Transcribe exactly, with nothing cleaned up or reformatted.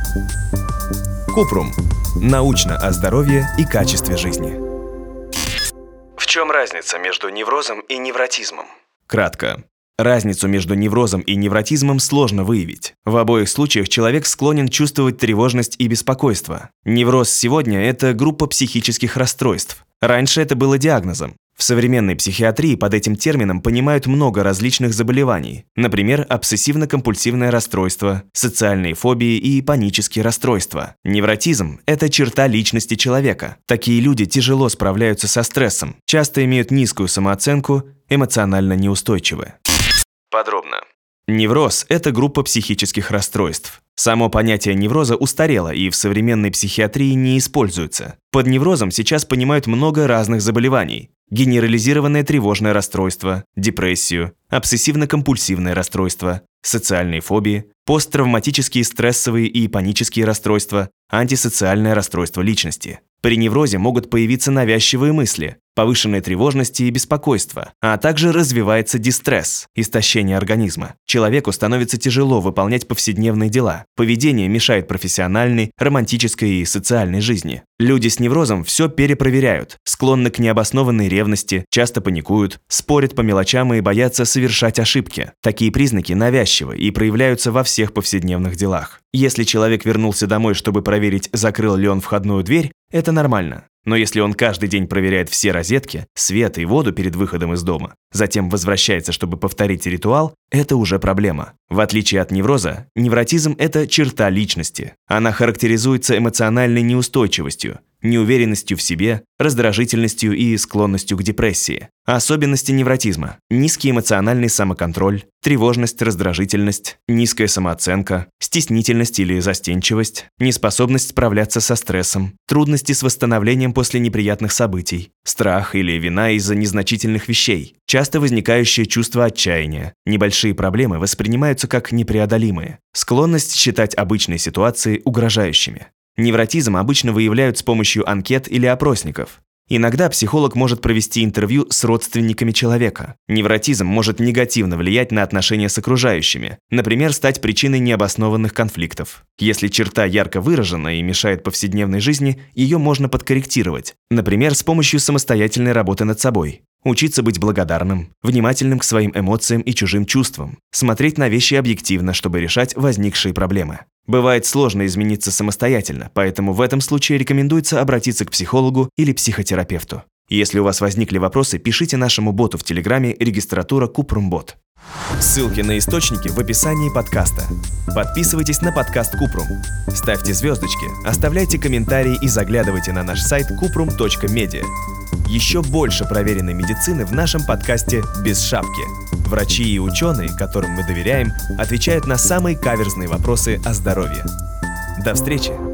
Купрум. Научно о здоровье и качестве жизни. В чем разница между неврозом и невротизмом? Кратко. Разницу между неврозом и невротизмом сложно выявить. В обоих случаях человек склонен чувствовать тревожность и беспокойство. Невроз сегодня – это группа психических расстройств. Раньше это было диагнозом. В современной психиатрии под этим термином понимают много различных заболеваний, например, обсессивно-компульсивное расстройство, социальные фобии и панические расстройства. Невротизм – это черта личности человека. Такие люди тяжело справляются со стрессом, часто имеют низкую самооценку, эмоционально неустойчивы. Подробно. Невроз – это группа психических расстройств. Само понятие невроза устарело и в современной психиатрии не используется. Под неврозом сейчас понимают много разных заболеваний. Генерализированное тревожное расстройство, депрессию, обсессивно-компульсивное расстройство, социальные фобии, посттравматические стрессовые и панические расстройства, антисоциальное расстройство личности. При неврозе могут появиться навязчивые мысли, повышенная тревожность и беспокойство, а также развивается дистресс, истощение организма. Человеку становится тяжело выполнять повседневные дела. Поведение мешает профессиональной, романтической и социальной жизни. Люди с неврозом все перепроверяют, склонны к необоснованной ревности, часто паникуют, спорят по мелочам и боятся совершать ошибки. Такие признаки навязчивы и проявляются во всех повседневных делах. Если человек вернулся домой, чтобы проверить, закрыл ли он входную дверь, это нормально. Но если он каждый день проверяет все розетки, свет и воду перед выходом из дома, затем возвращается, чтобы повторить ритуал, это уже проблема. В отличие от невроза, невротизм – это черта личности. Она характеризуется эмоциональной неустойчивостью, неуверенностью в себе, раздражительностью и склонностью к депрессии. Особенности невротизма – низкий эмоциональный самоконтроль, тревожность, раздражительность, низкая самооценка, стеснительность или застенчивость, неспособность справляться со стрессом, трудности с восстановлением после неприятных событий, страх или вина из-за незначительных вещей, часто возникающее чувство отчаяния. Небольшие проблемы воспринимаются как непреодолимые, склонность считать обычные ситуации угрожающими. Невротизм обычно выявляют с помощью анкет или опросников. Иногда психолог может провести интервью с родственниками человека. Невротизм может негативно влиять на отношения с окружающими, например, стать причиной необоснованных конфликтов. Если черта ярко выражена и мешает повседневной жизни, ее можно подкорректировать, например, с помощью самостоятельной работы над собой. Учиться быть благодарным, внимательным к своим эмоциям и чужим чувствам, смотреть на вещи объективно, чтобы решать возникшие проблемы. Бывает сложно измениться самостоятельно, поэтому в этом случае рекомендуется обратиться к психологу или психотерапевту. Если у вас возникли вопросы, пишите нашему боту в Телеграме регистратура Купрумбот. Ссылки на источники в описании подкаста. Подписывайтесь на подкаст Купрум. Ставьте звездочки, оставляйте комментарии и заглядывайте на наш сайт купрум точка медиа. Еще больше проверенной медицины в нашем подкасте «Без шапки». Врачи и ученые, которым мы доверяем, отвечают на самые каверзные вопросы о здоровье. До встречи!